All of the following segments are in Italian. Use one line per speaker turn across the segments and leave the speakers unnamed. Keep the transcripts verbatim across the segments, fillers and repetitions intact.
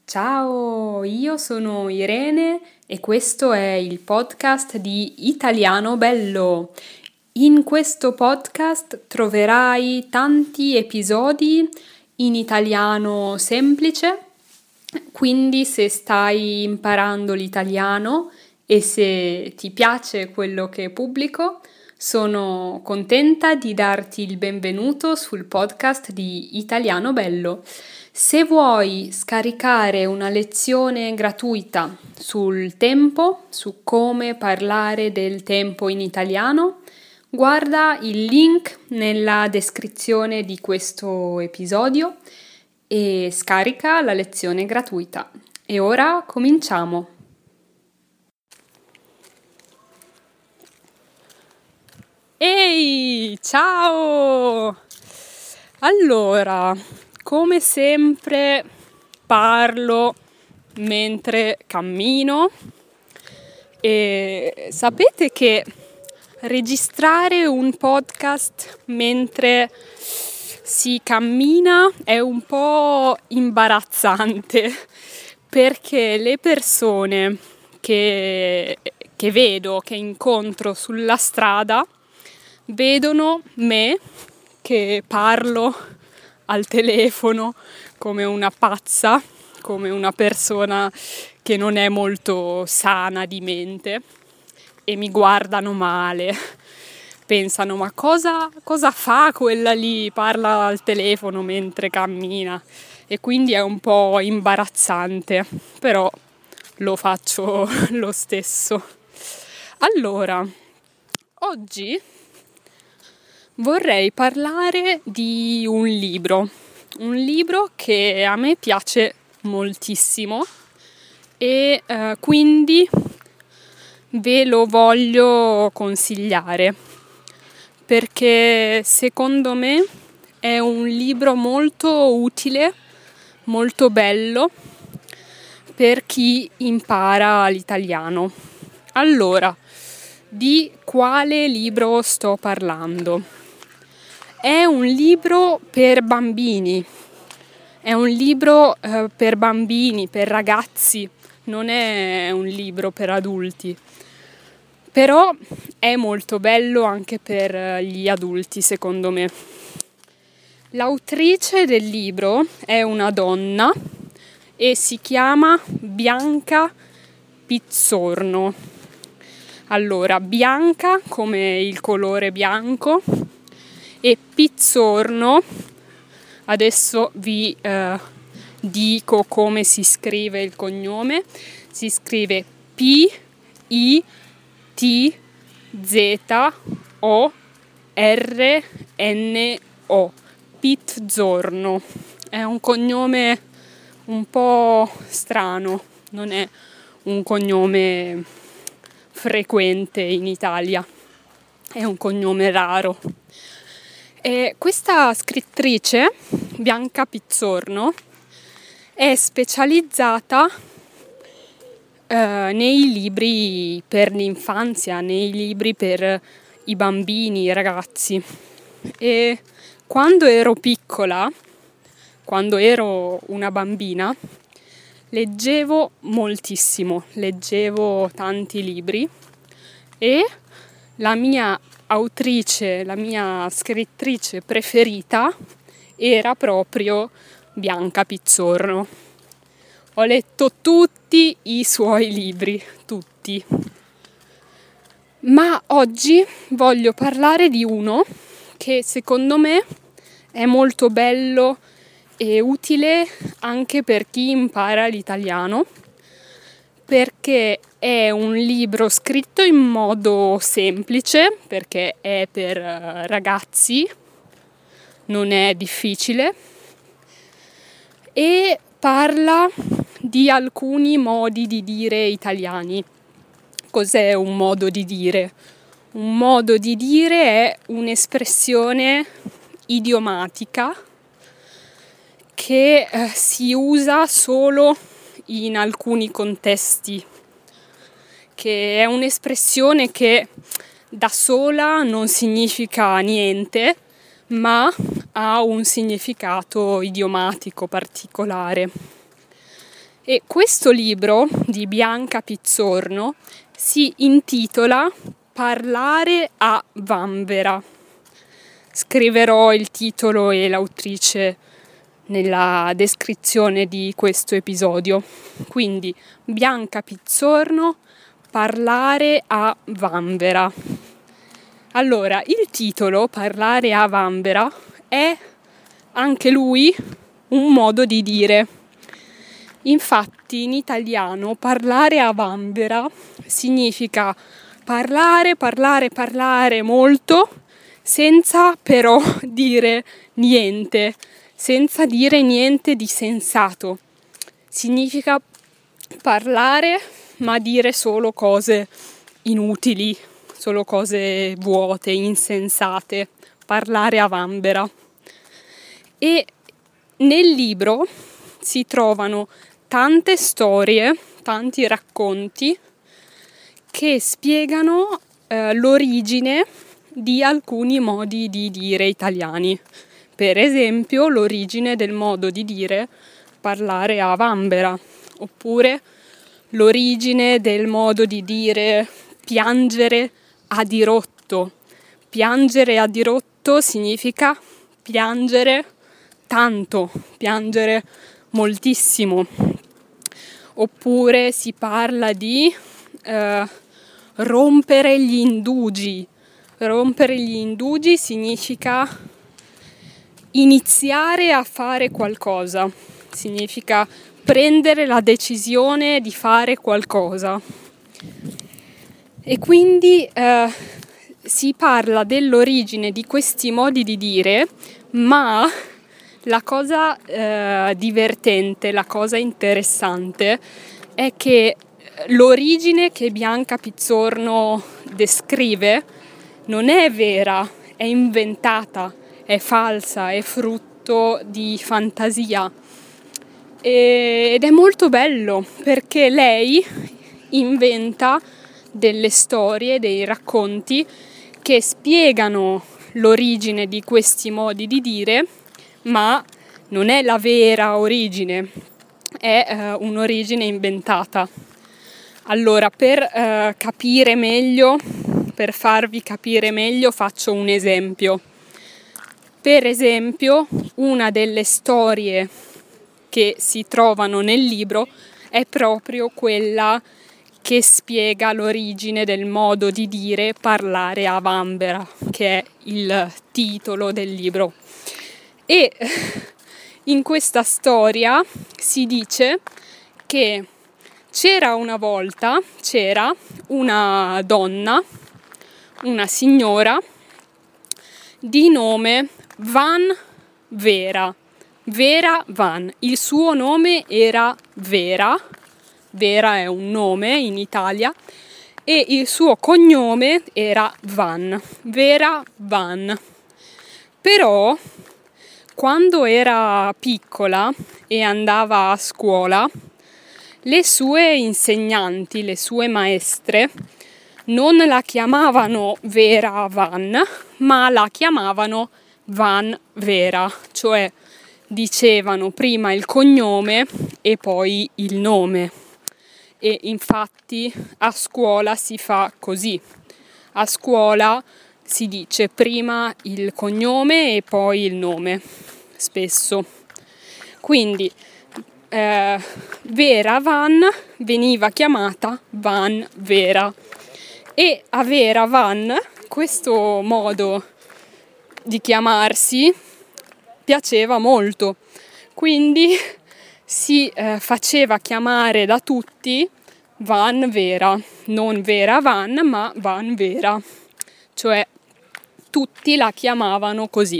Ciao, io sono Irene e questo è il podcast di Italiano Bello. In questo podcast troverai tanti episodi in italiano semplice, quindi se stai imparando l'italiano e se ti piace quello che pubblico, sono contenta di darti il benvenuto sul podcast di Italiano Bello. Se vuoi scaricare una lezione gratuita sul tempo, su come parlare del tempo in italiano, guarda il link nella descrizione di questo episodio e scarica la lezione gratuita. E ora cominciamo! Ehi, ciao! Allora, come sempre parlo mentre cammino e sapete che registrare un podcast mentre si cammina è un po' imbarazzante perché le persone che, che vedo, che incontro sulla strada, vedono me che parlo al telefono come una pazza, come una persona che non è molto sana di mente e mi guardano male. Pensano, ma cosa, cosa fa quella lì? Parla al telefono mentre cammina. E quindi è un po' imbarazzante, però lo faccio lo stesso. Allora, oggi vorrei parlare di un libro, un libro che a me piace moltissimo e eh, quindi ve lo voglio consigliare perché secondo me è un libro molto utile, molto bello per chi impara l'italiano. Allora, di quale libro sto parlando? È un libro per bambini, è un libro eh, per bambini, per ragazzi, non è un libro per adulti, però è molto bello anche per gli adulti, secondo me. L'autrice del libro è una donna e si chiama Bianca Pizzorno. Allora, bianca come il colore bianco e Pizzorno, adesso vi eh, dico come si scrive il cognome, si scrive P I T Z O R N O, Pizzorno. È un cognome un po' strano, non è un cognome frequente in Italia, è un cognome raro. E questa scrittrice, Bianca Pizzorno, è specializzata eh, nei libri per l'infanzia, nei libri per i bambini, i ragazzi. E quando ero piccola, quando ero una bambina, leggevo moltissimo, leggevo tanti libri e la mia autrice, la mia scrittrice preferita era proprio Bianca Pizzorno. Ho letto tutti i suoi libri, tutti. Ma oggi voglio parlare di uno che secondo me è molto bello e utile anche per chi impara l'italiano, perché è un libro scritto in modo semplice, perché è per ragazzi, non è difficile, e parla di alcuni modi di dire italiani. Cos'è un modo di dire? Un modo di dire è un'espressione idiomatica che eh, si usa solo in alcuni contesti, che è un'espressione che da sola non significa niente, ma ha un significato idiomatico particolare. E questo libro di Bianca Pizzorno si intitola Parlare a vanvera. Scriverò il titolo e l'autrice nella descrizione di questo episodio. Quindi Bianca Pizzorno, Parlare a vanvera. Allora, il titolo Parlare a vanvera è anche lui un modo di dire. Infatti in italiano parlare a vanvera significa parlare, parlare, parlare molto senza però dire niente, senza dire niente di sensato. Significa parlare ma dire solo cose inutili, solo cose vuote, insensate, parlare a vanvera. E nel libro si trovano tante storie, tanti racconti che spiegano eh, l'origine di alcuni modi di dire italiani. Per esempio, l'origine del modo di dire parlare a vanvera, oppure l'origine del modo di dire piangere a dirotto. Piangere a dirotto significa piangere tanto, piangere moltissimo. Oppure si parla di eh, rompere gli indugi. Rompere gli indugi significa iniziare a fare qualcosa, significa prendere la decisione di fare qualcosa. E quindi eh, si parla dell'origine di questi modi di dire, ma la cosa eh, divertente, la cosa interessante è che l'origine che Bianca Pizzorno descrive non è vera, è inventata, è falsa, è frutto di fantasia. E, ed è molto bello perché lei inventa delle storie, dei racconti che spiegano l'origine di questi modi di dire, ma non è la vera origine, è eh, un'origine inventata. Allora, per eh, capire meglio, per farvi capire meglio, faccio un esempio. Per esempio, una delle storie che si trovano nel libro è proprio quella che spiega l'origine del modo di dire parlare a vanvera, che è il titolo del libro. E in questa storia si dice che c'era una volta, c'era una donna, una signora di nome Van Vera, Vera Van. Il suo nome era Vera, Vera è un nome in Italia, e il suo cognome era Van, Vera Van. Però quando era piccola e andava a scuola, le sue insegnanti, le sue maestre, non la chiamavano Vera Van, ma la chiamavano Van Vera, cioè dicevano prima il cognome e poi il nome. E infatti a scuola si fa così. A scuola si dice prima il cognome e poi il nome, spesso. Quindi eh, Vera Van veniva chiamata Van Vera. E a Vera Van questo modo di chiamarsi piaceva molto, quindi si eh, faceva chiamare da tutti Van Vera, non Vera Van ma Van Vera, cioè tutti la chiamavano così.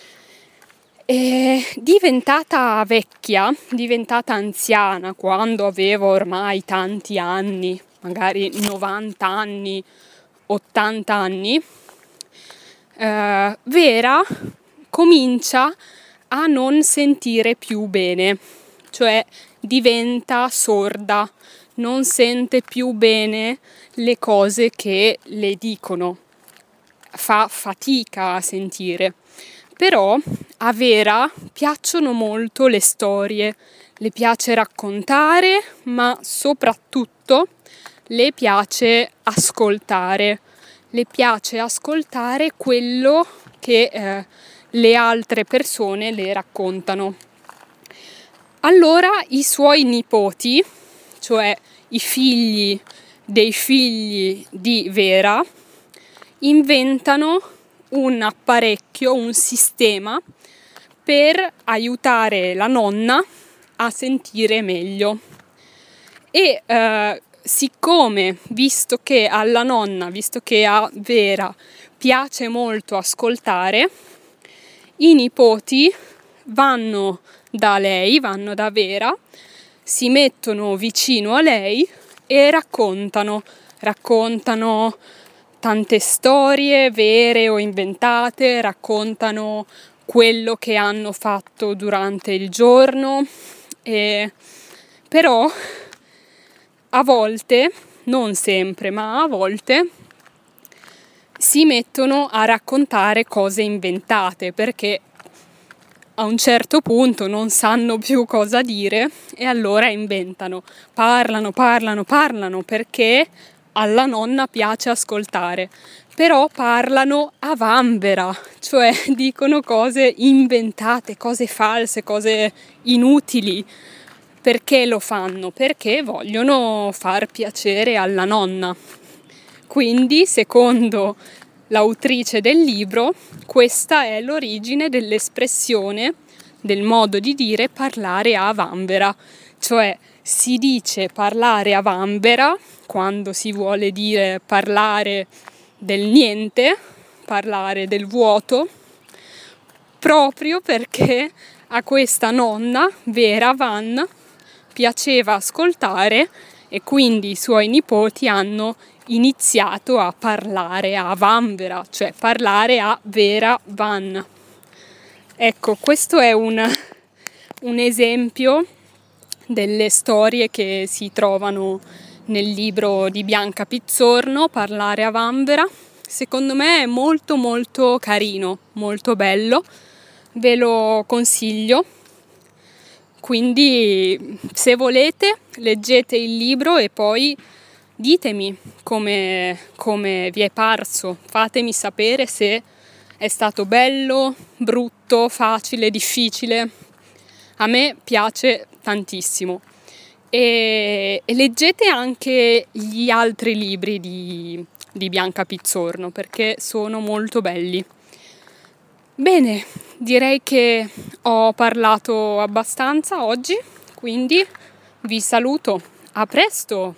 E diventata vecchia, diventata anziana, quando aveva ormai tanti anni, magari novanta anni, ottanta anni, eh, Vera comincia a non sentire più bene, cioè diventa sorda, non sente più bene le cose che le dicono, fa fatica a sentire. Però a Vera piacciono molto le storie, le piace raccontare, ma soprattutto le piace ascoltare. Le piace ascoltare quello che eh, le altre persone le raccontano. Allora i suoi nipoti, cioè i figli dei figli di Vera, inventano un apparecchio, un sistema per aiutare la nonna a sentire meglio. E eh, siccome, visto che alla nonna, visto che a Vera piace molto ascoltare, i nipoti vanno da lei, vanno da Vera, si mettono vicino a lei e raccontano, raccontano tante storie vere o inventate, raccontano quello che hanno fatto durante il giorno, e però a volte, non sempre, ma a volte si mettono a raccontare cose inventate perché a un certo punto non sanno più cosa dire e allora inventano, parlano, parlano, parlano perché alla nonna piace ascoltare, però parlano a vanvera, cioè dicono cose inventate, cose false, cose inutili. Perché lo fanno? Perché vogliono far piacere alla nonna. Quindi, secondo l'autrice del libro, questa è l'origine dell'espressione, del modo di dire parlare a vanvera, cioè si dice parlare a vanvera quando si vuole dire parlare del niente, parlare del vuoto, proprio perché a questa nonna, Vera Van, piaceva ascoltare e quindi i suoi nipoti hanno iniziato a parlare a vanvera, cioè parlare a Vera Van. Ecco, questo è un, un esempio delle storie che si trovano nel libro di Bianca Pizzorno, Parlare a vanvera. Secondo me è molto molto carino, molto bello, ve lo consiglio. Quindi se volete leggete il libro e poi ditemi come, come vi è parso, fatemi sapere se è stato bello, brutto, facile, difficile. A me piace tantissimo. E, e leggete anche gli altri libri di, di Bianca Pizzorno perché sono molto belli. Bene, direi che ho parlato abbastanza oggi, quindi vi saluto. A presto!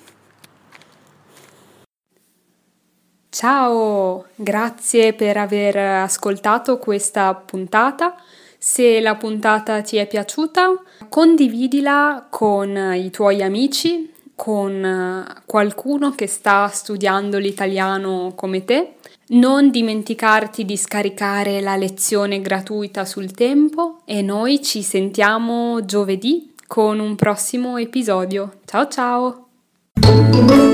Ciao, grazie per aver ascoltato questa puntata. Se la puntata ti è piaciuta, condividila con i tuoi amici, con qualcuno che sta studiando l'italiano come te. Non dimenticarti di scaricare la lezione gratuita sul tempo e noi ci sentiamo giovedì con un prossimo episodio. Ciao ciao!